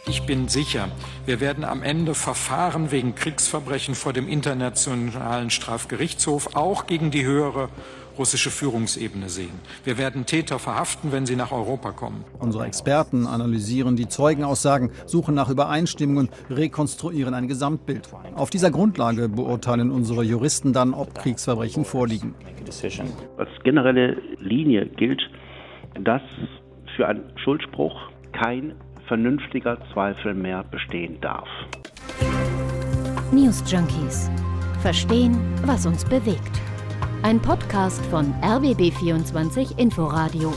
Ich bin sicher, wir werden am Ende Verfahren wegen Kriegsverbrechen vor dem Internationalen Strafgerichtshof auch gegen die höhere russische Führungsebene sehen. Wir werden Täter verhaften, wenn sie nach Europa kommen. Unsere Experten analysieren die Zeugenaussagen, suchen nach Übereinstimmungen, rekonstruieren ein Gesamtbild. Auf dieser Grundlage beurteilen unsere Juristen dann, ob Kriegsverbrechen vorliegen. Als generelle Linie gilt, dass für einen Schuldspruch kein vernünftiger Zweifel mehr bestehen darf. News Junkies. Verstehen, was uns bewegt. Ein Podcast von RBB24 Inforadio.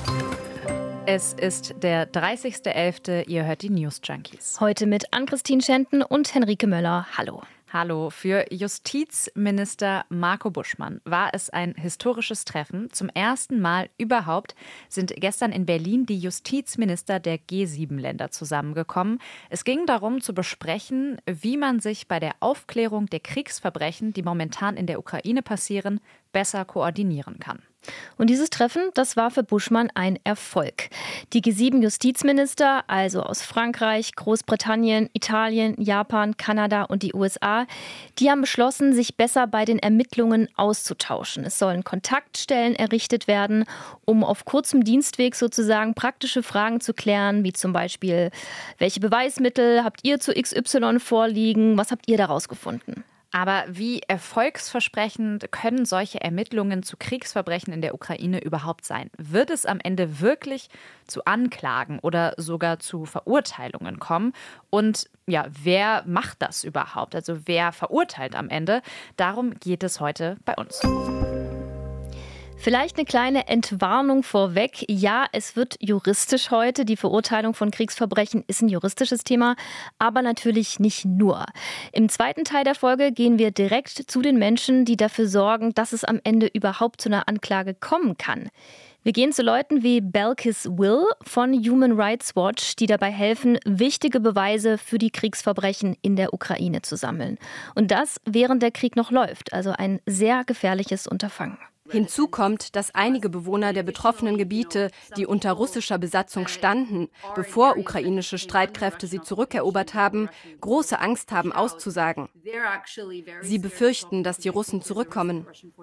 Es ist der 30.11. Ihr hört die News Junkies. Heute mit Ann-Christine Schenten und Henrike Möller. Hallo. Hallo. Für Justizminister Marco Buschmann war es ein historisches Treffen. Zum ersten Mal überhaupt sind gestern in Berlin die Justizminister der G7-Länder zusammengekommen. Es ging darum zu besprechen, wie man sich bei der Aufklärung der Kriegsverbrechen, die momentan in der Ukraine passieren, besser koordinieren kann. Und dieses Treffen, das war für Buschmann ein Erfolg. Die G7-Justizminister, also aus Frankreich, Großbritannien, Italien, Japan, Kanada und die USA, die haben beschlossen, sich besser bei den Ermittlungen auszutauschen. Es sollen Kontaktstellen errichtet werden, um auf kurzem Dienstweg sozusagen praktische Fragen zu klären, wie zum Beispiel, welche Beweismittel habt ihr zu XY vorliegen, was habt ihr daraus gefunden? Aber wie erfolgsversprechend können solche Ermittlungen zu Kriegsverbrechen in der Ukraine überhaupt sein? Wird es am Ende wirklich zu Anklagen oder sogar zu Verurteilungen kommen? Und ja, wer macht das überhaupt? Also wer verurteilt am Ende? Darum geht es heute bei uns. Vielleicht eine kleine Entwarnung vorweg. Ja, es wird juristisch heute. Die Verurteilung von Kriegsverbrechen ist ein juristisches Thema, aber natürlich nicht nur. Im zweiten Teil der Folge gehen wir direkt zu den Menschen, die dafür sorgen, dass es am Ende überhaupt zu einer Anklage kommen kann. Wir gehen zu Leuten wie Belkis Will von Human Rights Watch, die dabei helfen, wichtige Beweise für die Kriegsverbrechen in der Ukraine zu sammeln. Und das, während der Krieg noch läuft. Also ein sehr gefährliches Unterfangen. Hinzu kommt, dass einige Bewohner der betroffenen Gebiete, die unter russischer Besatzung standen, bevor ukrainische Streitkräfte sie zurückerobert haben, große Angst haben auszusagen. Sie befürchten, dass die Russen zurückkommen.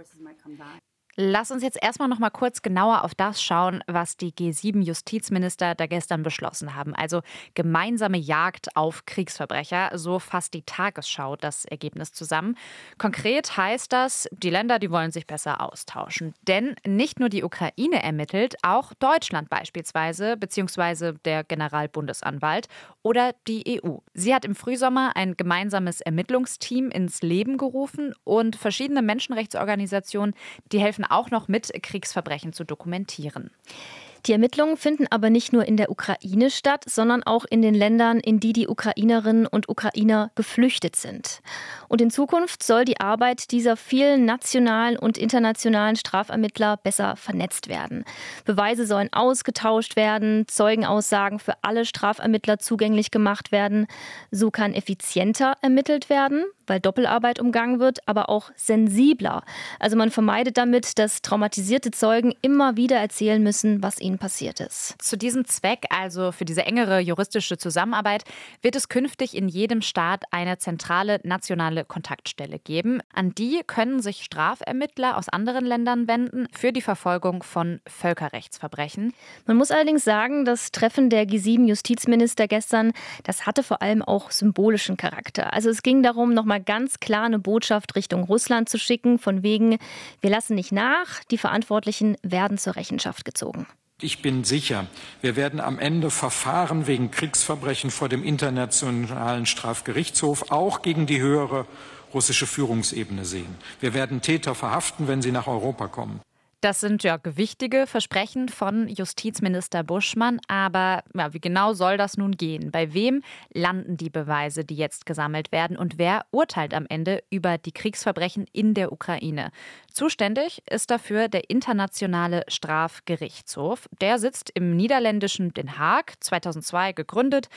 Lass uns jetzt erstmal noch mal kurz genauer auf das schauen, was die G7-Justizminister da gestern beschlossen haben. Also gemeinsame Jagd auf Kriegsverbrecher, so fasst die Tagesschau das Ergebnis zusammen. Konkret heißt das, die Länder, die wollen sich besser austauschen. Denn nicht nur die Ukraine ermittelt, auch Deutschland beispielsweise, beziehungsweise der Generalbundesanwalt oder die EU. Sie hat im Frühsommer ein gemeinsames Ermittlungsteam ins Leben gerufen und verschiedene Menschenrechtsorganisationen, die helfen auch noch mit, Kriegsverbrechen zu dokumentieren. Die Ermittlungen finden aber nicht nur in der Ukraine statt, sondern auch in den Ländern, in die die Ukrainerinnen und Ukrainer geflüchtet sind. Und in Zukunft soll die Arbeit dieser vielen nationalen und internationalen Strafermittler besser vernetzt werden. Beweise sollen ausgetauscht werden, Zeugenaussagen für alle Strafermittler zugänglich gemacht werden. So kann effizienter ermittelt werden, weil Doppelarbeit umgangen wird, aber auch sensibler. Also man vermeidet damit, dass traumatisierte Zeugen immer wieder erzählen müssen, was ihnen passiert ist. Zu diesem Zweck, also für diese engere juristische Zusammenarbeit, wird es künftig in jedem Staat eine zentrale nationale Kontaktstelle geben. An die können sich Strafermittler aus anderen Ländern wenden für die Verfolgung von Völkerrechtsverbrechen. Man muss allerdings sagen, das Treffen der G7-Justizminister gestern, das hatte vor allem auch symbolischen Charakter. Also es ging darum, nochmal ganz klar eine Botschaft Richtung Russland zu schicken, von wegen, wir lassen nicht nach, die Verantwortlichen werden zur Rechenschaft gezogen. Ich bin sicher, wir werden am Ende Verfahren wegen Kriegsverbrechen vor dem Internationalen Strafgerichtshof auch gegen die höhere russische Führungsebene sehen. Wir werden Täter verhaften, wenn sie nach Europa kommen. Das sind ja gewichtige Versprechen von Justizminister Buschmann. Aber ja, wie genau soll das nun gehen? Bei wem landen die Beweise, die jetzt gesammelt werden? Und wer urteilt am Ende über die Kriegsverbrechen in der Ukraine? Zuständig ist dafür der Internationale Strafgerichtshof. Der sitzt im niederländischen Den Haag, 2002 gegründet.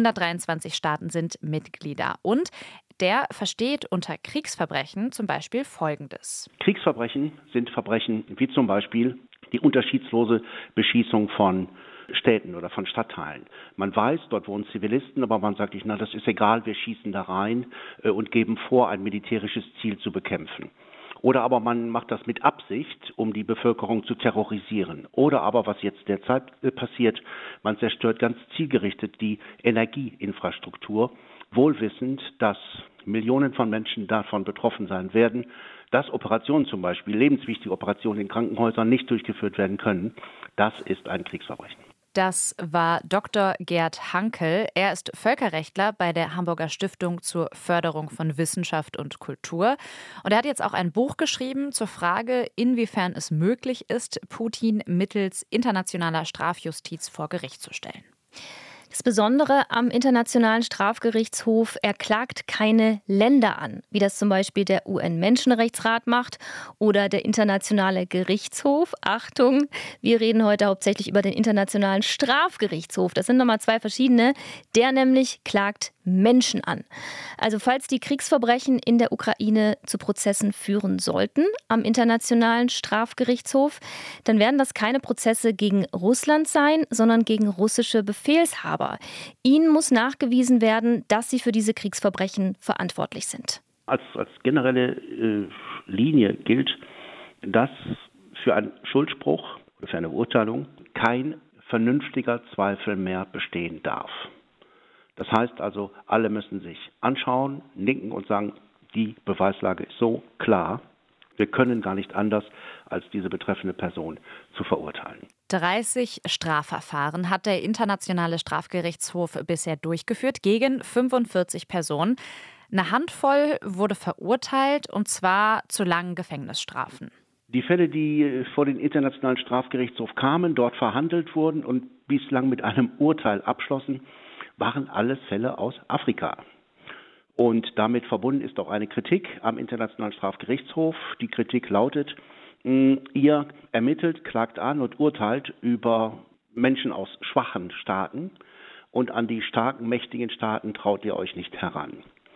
123 Staaten sind Mitglieder. Und der versteht unter Kriegsverbrechen zum Beispiel Folgendes. Kriegsverbrechen sind Verbrechen wie zum Beispiel die unterschiedslose Beschießung von Städten oder von Stadtteilen. Man weiß, dort wohnen Zivilisten, aber man sagt nicht, na, das ist egal, wir schießen da rein und geben vor, ein militärisches Ziel zu bekämpfen. Oder aber man macht das mit Absicht, um die Bevölkerung zu terrorisieren. Oder aber, was jetzt derzeit passiert, man zerstört ganz zielgerichtet die Energieinfrastruktur, wohlwissend, dass Millionen von Menschen davon betroffen sein werden, dass Operationen zum Beispiel, lebenswichtige Operationen in Krankenhäusern nicht durchgeführt werden können. Das ist ein Kriegsverbrechen. Das war Dr. Gerd Hankel. Er ist Völkerrechtler bei der Hamburger Stiftung zur Förderung von Wissenschaft und Kultur. Und er hat jetzt auch ein Buch geschrieben zur Frage, inwiefern es möglich ist, Putin mittels internationaler Strafjustiz vor Gericht zu stellen. Das Besondere am Internationalen Strafgerichtshof, er klagt keine Länder an, wie das zum Beispiel der UN-Menschenrechtsrat macht oder der Internationale Gerichtshof. Achtung, wir reden heute hauptsächlich über den Internationalen Strafgerichtshof. Das sind nochmal zwei verschiedene. Der nämlich klagt Menschen an. Also falls die Kriegsverbrechen in der Ukraine zu Prozessen führen sollten am Internationalen Strafgerichtshof, dann werden das keine Prozesse gegen Russland sein, sondern gegen russische Befehlshaber. Ihnen muss nachgewiesen werden, dass sie für diese Kriegsverbrechen verantwortlich sind. Als generelle Linie gilt, dass für einen Schuldspruch oder für eine Verurteilung kein vernünftiger Zweifel mehr bestehen darf. Das heißt also, alle müssen sich anschauen, nicken und sagen, die Beweislage ist so klar, wir können gar nicht anders, als diese betreffende Person zu verurteilen. 30 Strafverfahren hat der Internationale Strafgerichtshof bisher durchgeführt gegen 45 Personen. Eine Handvoll wurde verurteilt, und zwar zu langen Gefängnisstrafen. Die Fälle, die vor den Internationalen Strafgerichtshof kamen, dort verhandelt wurden und bislang mit einem Urteil abschlossen, waren alles Fälle aus Afrika. Und damit verbunden ist auch eine Kritik am Internationalen Strafgerichtshof. Die Kritik lautet, ihr ermittelt, klagt an und urteilt über Menschen aus schwachen Staaten und an die starken, mächtigen Staaten traut ihr euch nicht heran.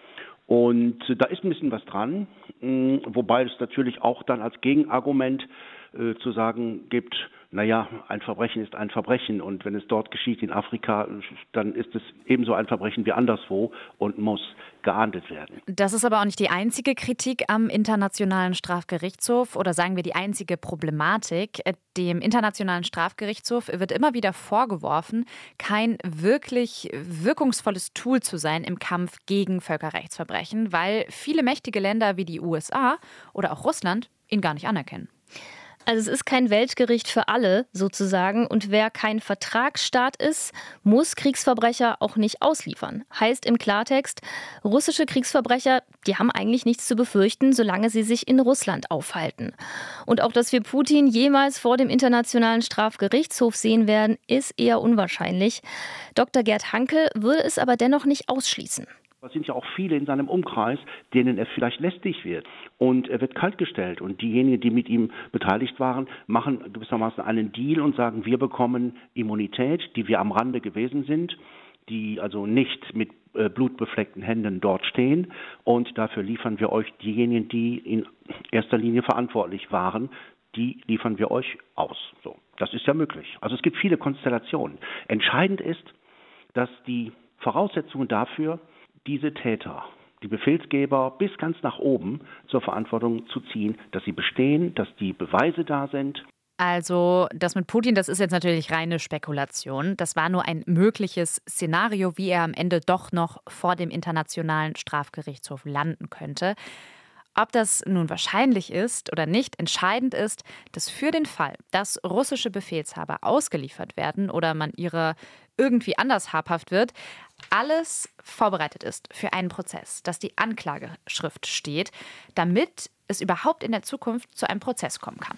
Und da ist ein bisschen was dran, wobei es natürlich auch dann als Gegenargument zu sagen gibt, naja, ein Verbrechen ist ein Verbrechen und wenn es dort geschieht in Afrika, dann ist es ebenso ein Verbrechen wie anderswo und muss geahndet werden. Das ist aber auch nicht die einzige Kritik am Internationalen Strafgerichtshof oder sagen wir die einzige Problematik. Dem Internationalen Strafgerichtshof wird immer wieder vorgeworfen, kein wirklich wirkungsvolles Tool zu sein im Kampf gegen Völkerrechtsverbrechen, weil viele mächtige Länder wie die USA oder auch Russland ihn gar nicht anerkennen. Also es ist kein Weltgericht für alle sozusagen und wer kein Vertragsstaat ist, muss Kriegsverbrecher auch nicht ausliefern. Heißt im Klartext, russische Kriegsverbrecher, die haben eigentlich nichts zu befürchten, solange sie sich in Russland aufhalten. Und auch, dass wir Putin jemals vor dem Internationalen Strafgerichtshof sehen werden, ist eher unwahrscheinlich. Dr. Gerd Hankel würde es aber dennoch nicht ausschließen. Es sind ja auch viele in seinem Umkreis, denen er vielleicht lästig wird. Und er wird kaltgestellt. Und diejenigen, die mit ihm beteiligt waren, machen gewissermaßen einen Deal und sagen, wir bekommen Immunität, die wir am Rande gewesen sind, die also nicht mit blutbefleckten Händen dort stehen. Und dafür liefern wir euch diejenigen, die in erster Linie verantwortlich waren, die liefern wir euch aus. So, das ist ja möglich. Also es gibt viele Konstellationen. Entscheidend ist, dass die Voraussetzungen dafür, diese Täter, die Befehlsgeber bis ganz nach oben zur Verantwortung zu ziehen, dass sie bestehen, dass die Beweise da sind. Also das mit Putin, das ist jetzt natürlich reine Spekulation. Das war nur ein mögliches Szenario, wie er am Ende doch noch vor dem Internationalen Strafgerichtshof landen könnte. Ob das nun wahrscheinlich ist oder nicht, entscheidend ist, dass für den Fall, dass russische Befehlshaber ausgeliefert werden oder man ihrer irgendwie anders habhaft wird, alles vorbereitet ist für einen Prozess, dass die Anklageschrift steht, damit es überhaupt in der Zukunft zu einem Prozess kommen kann.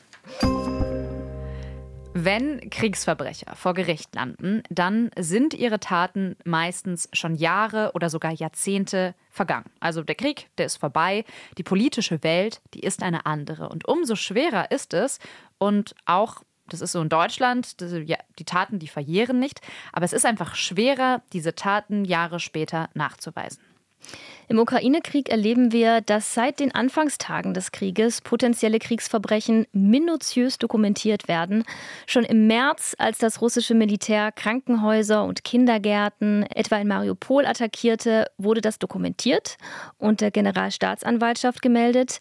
Wenn Kriegsverbrecher vor Gericht landen, dann sind ihre Taten meistens schon Jahre oder sogar Jahrzehnte vergangen. Also der Krieg, der ist vorbei, die politische Welt, die ist eine andere. Und umso schwerer ist es, und auch, das ist so in Deutschland, die Taten, die verjähren nicht, aber es ist einfach schwerer, diese Taten Jahre später nachzuweisen. Im Ukraine-Krieg erleben wir, dass seit den Anfangstagen des Krieges potenzielle Kriegsverbrechen minutiös dokumentiert werden. Schon im März, als das russische Militär Krankenhäuser und Kindergärten etwa in Mariupol attackierte, wurde das dokumentiert und der Generalstaatsanwaltschaft gemeldet.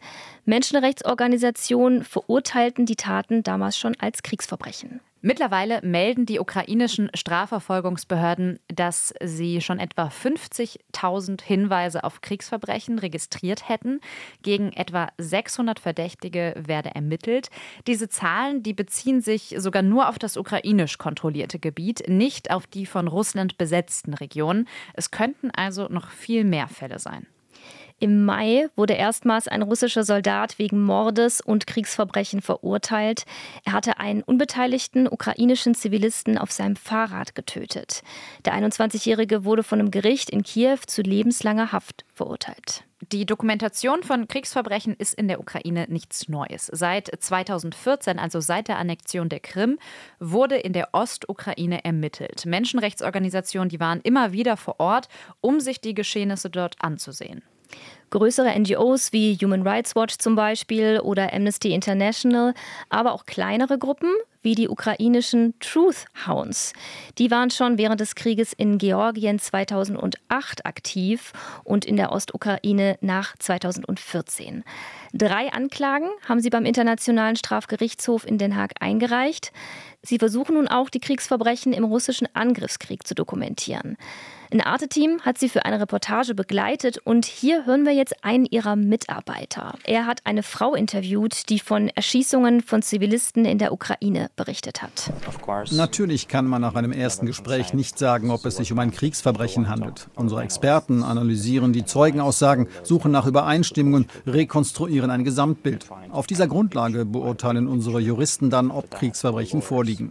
Menschenrechtsorganisationen verurteilten die Taten damals schon als Kriegsverbrechen. Mittlerweile melden die ukrainischen Strafverfolgungsbehörden, dass sie schon etwa 50.000 Hinweise auf Kriegsverbrechen registriert hätten. Gegen etwa 600 Verdächtige werde ermittelt. Diese Zahlen, die beziehen sich sogar nur auf das ukrainisch kontrollierte Gebiet, nicht auf die von Russland besetzten Regionen. Es könnten also noch viel mehr Fälle sein. Im Mai wurde erstmals ein russischer Soldat wegen Mordes und Kriegsverbrechen verurteilt. Er hatte einen unbeteiligten ukrainischen Zivilisten auf seinem Fahrrad getötet. Der 21-Jährige wurde von einem Gericht in Kiew zu lebenslanger Haft verurteilt. Die Dokumentation von Kriegsverbrechen ist in der Ukraine nichts Neues. Seit 2014, also seit der Annexion der Krim, wurde in der Ostukraine ermittelt. Menschenrechtsorganisationen, die waren immer wieder vor Ort, um sich die Geschehnisse dort anzusehen. Größere NGOs wie Human Rights Watch zum Beispiel oder Amnesty International, aber auch kleinere Gruppen wie die ukrainischen Truth Hounds. Die waren schon während des Krieges in Georgien 2008 aktiv und in der Ostukraine nach 2014. 3 Anklagen haben sie beim Internationalen Strafgerichtshof in Den Haag eingereicht. Sie versuchen nun auch, die Kriegsverbrechen im russischen Angriffskrieg zu dokumentieren. Ein Arte-Team hat sie für eine Reportage begleitet und hier hören wir jetzt einen ihrer Mitarbeiter. Er hat eine Frau interviewt, die von Erschießungen von Zivilisten in der Ukraine berichtet hat. Natürlich kann man nach einem ersten Gespräch nicht sagen, ob es sich um ein Kriegsverbrechen handelt. Unsere Experten analysieren die Zeugenaussagen, suchen nach Übereinstimmungen, rekonstruieren ein Gesamtbild. Auf dieser Grundlage beurteilen unsere Juristen dann, ob Kriegsverbrechen vorliegen.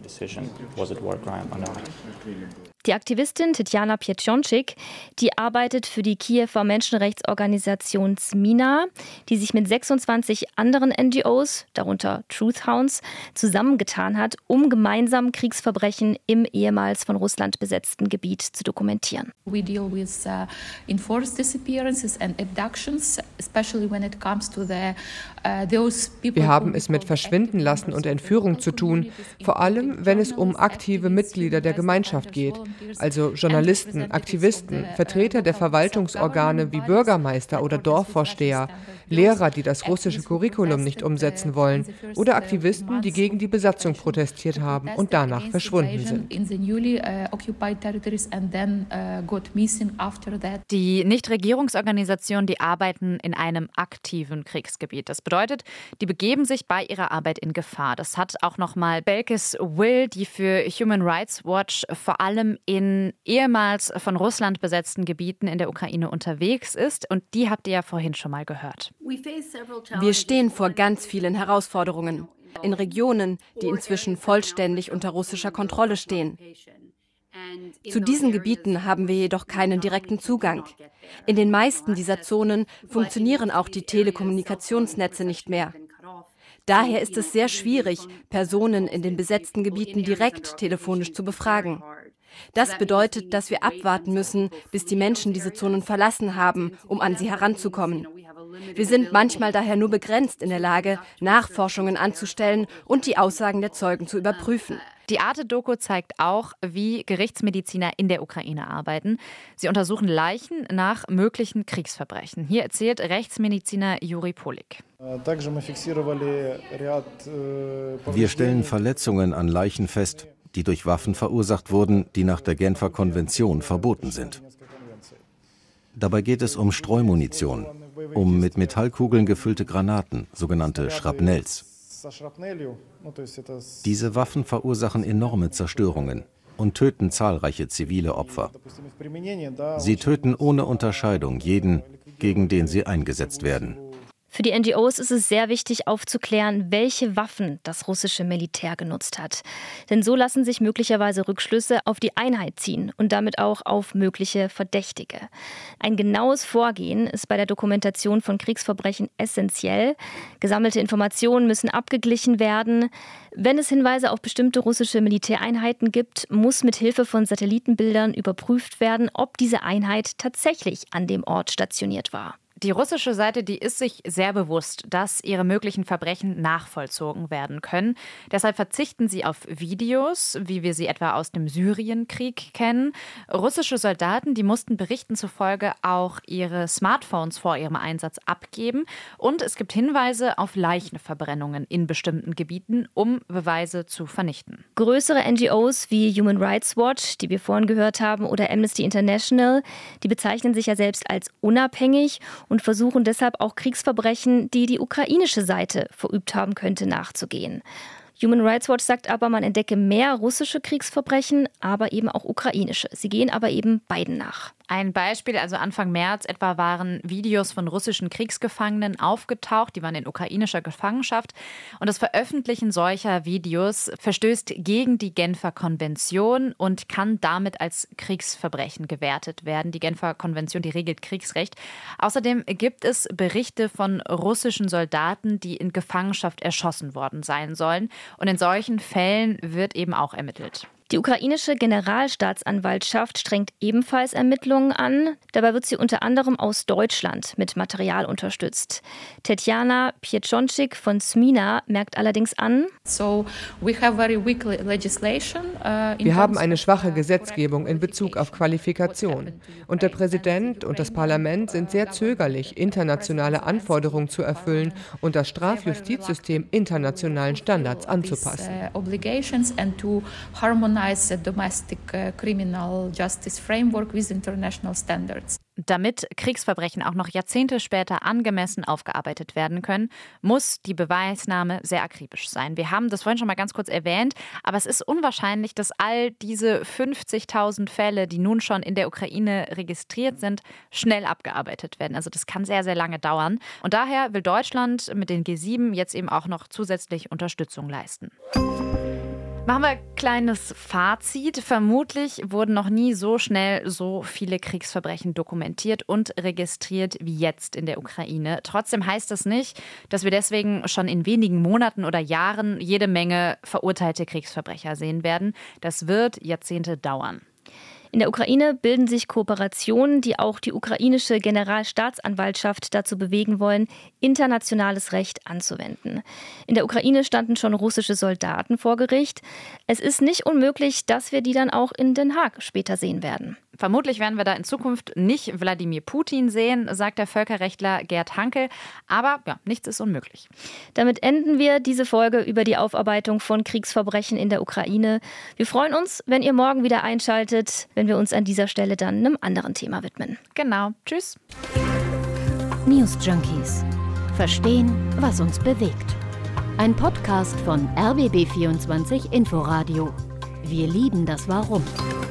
Die Aktivistin Tetjana Pieczonczyk, die arbeitet für die Kiewer Menschenrechtsorganisation Zmina, die sich mit 26 anderen NGOs, darunter Truth Hounds, zusammengetan hat, um gemeinsam Kriegsverbrechen im ehemals von Russland besetzten Gebiet zu dokumentieren. We deal with enforced disappearances and abductions, especially when it comes to those people. Wir haben es mit Verschwinden lassen und Entführung zu tun, vor allem wenn es um aktive Mitglieder der Gemeinschaft geht. Also Journalisten, Aktivisten, Vertreter der Verwaltungsorgane wie Bürgermeister oder Dorfvorsteher, Lehrer, die das russische Curriculum nicht umsetzen wollen oder Aktivisten, die gegen die Besatzung protestiert haben und danach verschwunden sind. Die Nichtregierungsorganisationen, die arbeiten in einem aktiven Kriegsgebiet. Das bedeutet, die begeben sich bei ihrer Arbeit in Gefahr. Das hat auch nochmal Belkis Will, die für Human Rights Watch vor allem in ehemals von Russland besetzten Gebieten in der Ukraine unterwegs ist. Und die habt ihr ja vorhin schon mal gehört. Wir stehen vor ganz vielen Herausforderungen in Regionen, die inzwischen vollständig unter russischer Kontrolle stehen. Zu diesen Gebieten haben wir jedoch keinen direkten Zugang. In den meisten dieser Zonen funktionieren auch die Telekommunikationsnetze nicht mehr. Daher ist es sehr schwierig, Personen in den besetzten Gebieten direkt telefonisch zu befragen. Das bedeutet, dass wir abwarten müssen, bis die Menschen diese Zonen verlassen haben, um an sie heranzukommen. Wir sind manchmal daher nur begrenzt in der Lage, Nachforschungen anzustellen und die Aussagen der Zeugen zu überprüfen. Die Arte-Doku zeigt auch, wie Gerichtsmediziner in der Ukraine arbeiten. Sie untersuchen Leichen nach möglichen Kriegsverbrechen. Hier erzählt Rechtsmediziner Juri Polik. Wir stellen Verletzungen an Leichen fest, die durch Waffen verursacht wurden, die nach der Genfer Konvention verboten sind. Dabei geht es um Streumunition, um mit Metallkugeln gefüllte Granaten, sogenannte Schrapnells. Diese Waffen verursachen enorme Zerstörungen und töten zahlreiche zivile Opfer. Sie töten ohne Unterscheidung jeden, gegen den sie eingesetzt werden. Für die NGOs ist es sehr wichtig aufzuklären, welche Waffen das russische Militär genutzt hat. Denn so lassen sich möglicherweise Rückschlüsse auf die Einheit ziehen und damit auch auf mögliche Verdächtige. Ein genaues Vorgehen ist bei der Dokumentation von Kriegsverbrechen essentiell. Gesammelte Informationen müssen abgeglichen werden. Wenn es Hinweise auf bestimmte russische Militäreinheiten gibt, muss mit Hilfe von Satellitenbildern überprüft werden, ob diese Einheit tatsächlich an dem Ort stationiert war. Die russische Seite, die ist sich sehr bewusst, dass ihre möglichen Verbrechen nachvollzogen werden können. Deshalb verzichten sie auf Videos, wie wir sie etwa aus dem Syrienkrieg kennen. Russische Soldaten, die mussten Berichten zufolge auch ihre Smartphones vor ihrem Einsatz abgeben. Und es gibt Hinweise auf Leichenverbrennungen in bestimmten Gebieten, um Beweise zu vernichten. Größere NGOs wie Human Rights Watch, die wir vorhin gehört haben, oder Amnesty International, die bezeichnen sich ja selbst als unabhängig und versuchen deshalb auch Kriegsverbrechen, die die ukrainische Seite verübt haben könnte, nachzugehen. Human Rights Watch sagt aber, man entdecke mehr russische Kriegsverbrechen, aber eben auch ukrainische. Sie gehen aber eben beiden nach. Ein Beispiel, also Anfang März etwa waren Videos von russischen Kriegsgefangenen aufgetaucht, die waren in ukrainischer Gefangenschaft. Und das Veröffentlichen solcher Videos verstößt gegen die Genfer Konvention und kann damit als Kriegsverbrechen gewertet werden. Die Genfer Konvention, die regelt Kriegsrecht. Außerdem gibt es Berichte von russischen Soldaten, die in Gefangenschaft erschossen worden sein sollen. Und in solchen Fällen wird eben auch ermittelt. Die ukrainische Generalstaatsanwaltschaft strengt ebenfalls Ermittlungen an. Dabei wird sie unter anderem aus Deutschland mit Material unterstützt. Tetjana Pieczonczyk von Smina merkt allerdings an: Wir haben eine schwache Gesetzgebung in Bezug auf Qualifikation. Und der Präsident und das Parlament sind sehr zögerlich, internationale Anforderungen zu erfüllen und das Strafjustizsystem internationalen Standards anzupassen. The domestic criminal justice framework with international standards. Damit Kriegsverbrechen auch noch Jahrzehnte später angemessen aufgearbeitet werden können, muss die Beweisnahme sehr akribisch sein. Wir haben das vorhin schon mal ganz kurz erwähnt, aber es ist unwahrscheinlich, dass all diese 50.000 Fälle, die nun schon in der Ukraine registriert sind, schnell abgearbeitet werden. Also das kann sehr, sehr lange dauern. Und daher will Deutschland mit den G7 jetzt eben auch noch zusätzlich Unterstützung leisten. Machen wir ein kleines Fazit. Vermutlich wurden noch nie so schnell so viele Kriegsverbrechen dokumentiert und registriert wie jetzt in der Ukraine. Trotzdem heißt das nicht, dass wir deswegen schon in wenigen Monaten oder Jahren jede Menge verurteilte Kriegsverbrecher sehen werden. Das wird Jahrzehnte dauern. In der Ukraine bilden sich Kooperationen, die auch die ukrainische Generalstaatsanwaltschaft dazu bewegen wollen, internationales Recht anzuwenden. In der Ukraine standen schon russische Soldaten vor Gericht. Es ist nicht unmöglich, dass wir die dann auch in Den Haag später sehen werden. Vermutlich werden wir da in Zukunft nicht Wladimir Putin sehen, sagt der Völkerrechtler Gerd Hankel. Aber ja, nichts ist unmöglich. Damit enden wir diese Folge über die Aufarbeitung von Kriegsverbrechen in der Ukraine. Wir freuen uns, wenn ihr morgen wieder einschaltet, wenn wir uns an dieser Stelle dann einem anderen Thema widmen. Genau. Tschüss. News Junkies. Verstehen, was uns bewegt. Ein Podcast von RBB24 Inforadio. Wir lieben das Warum.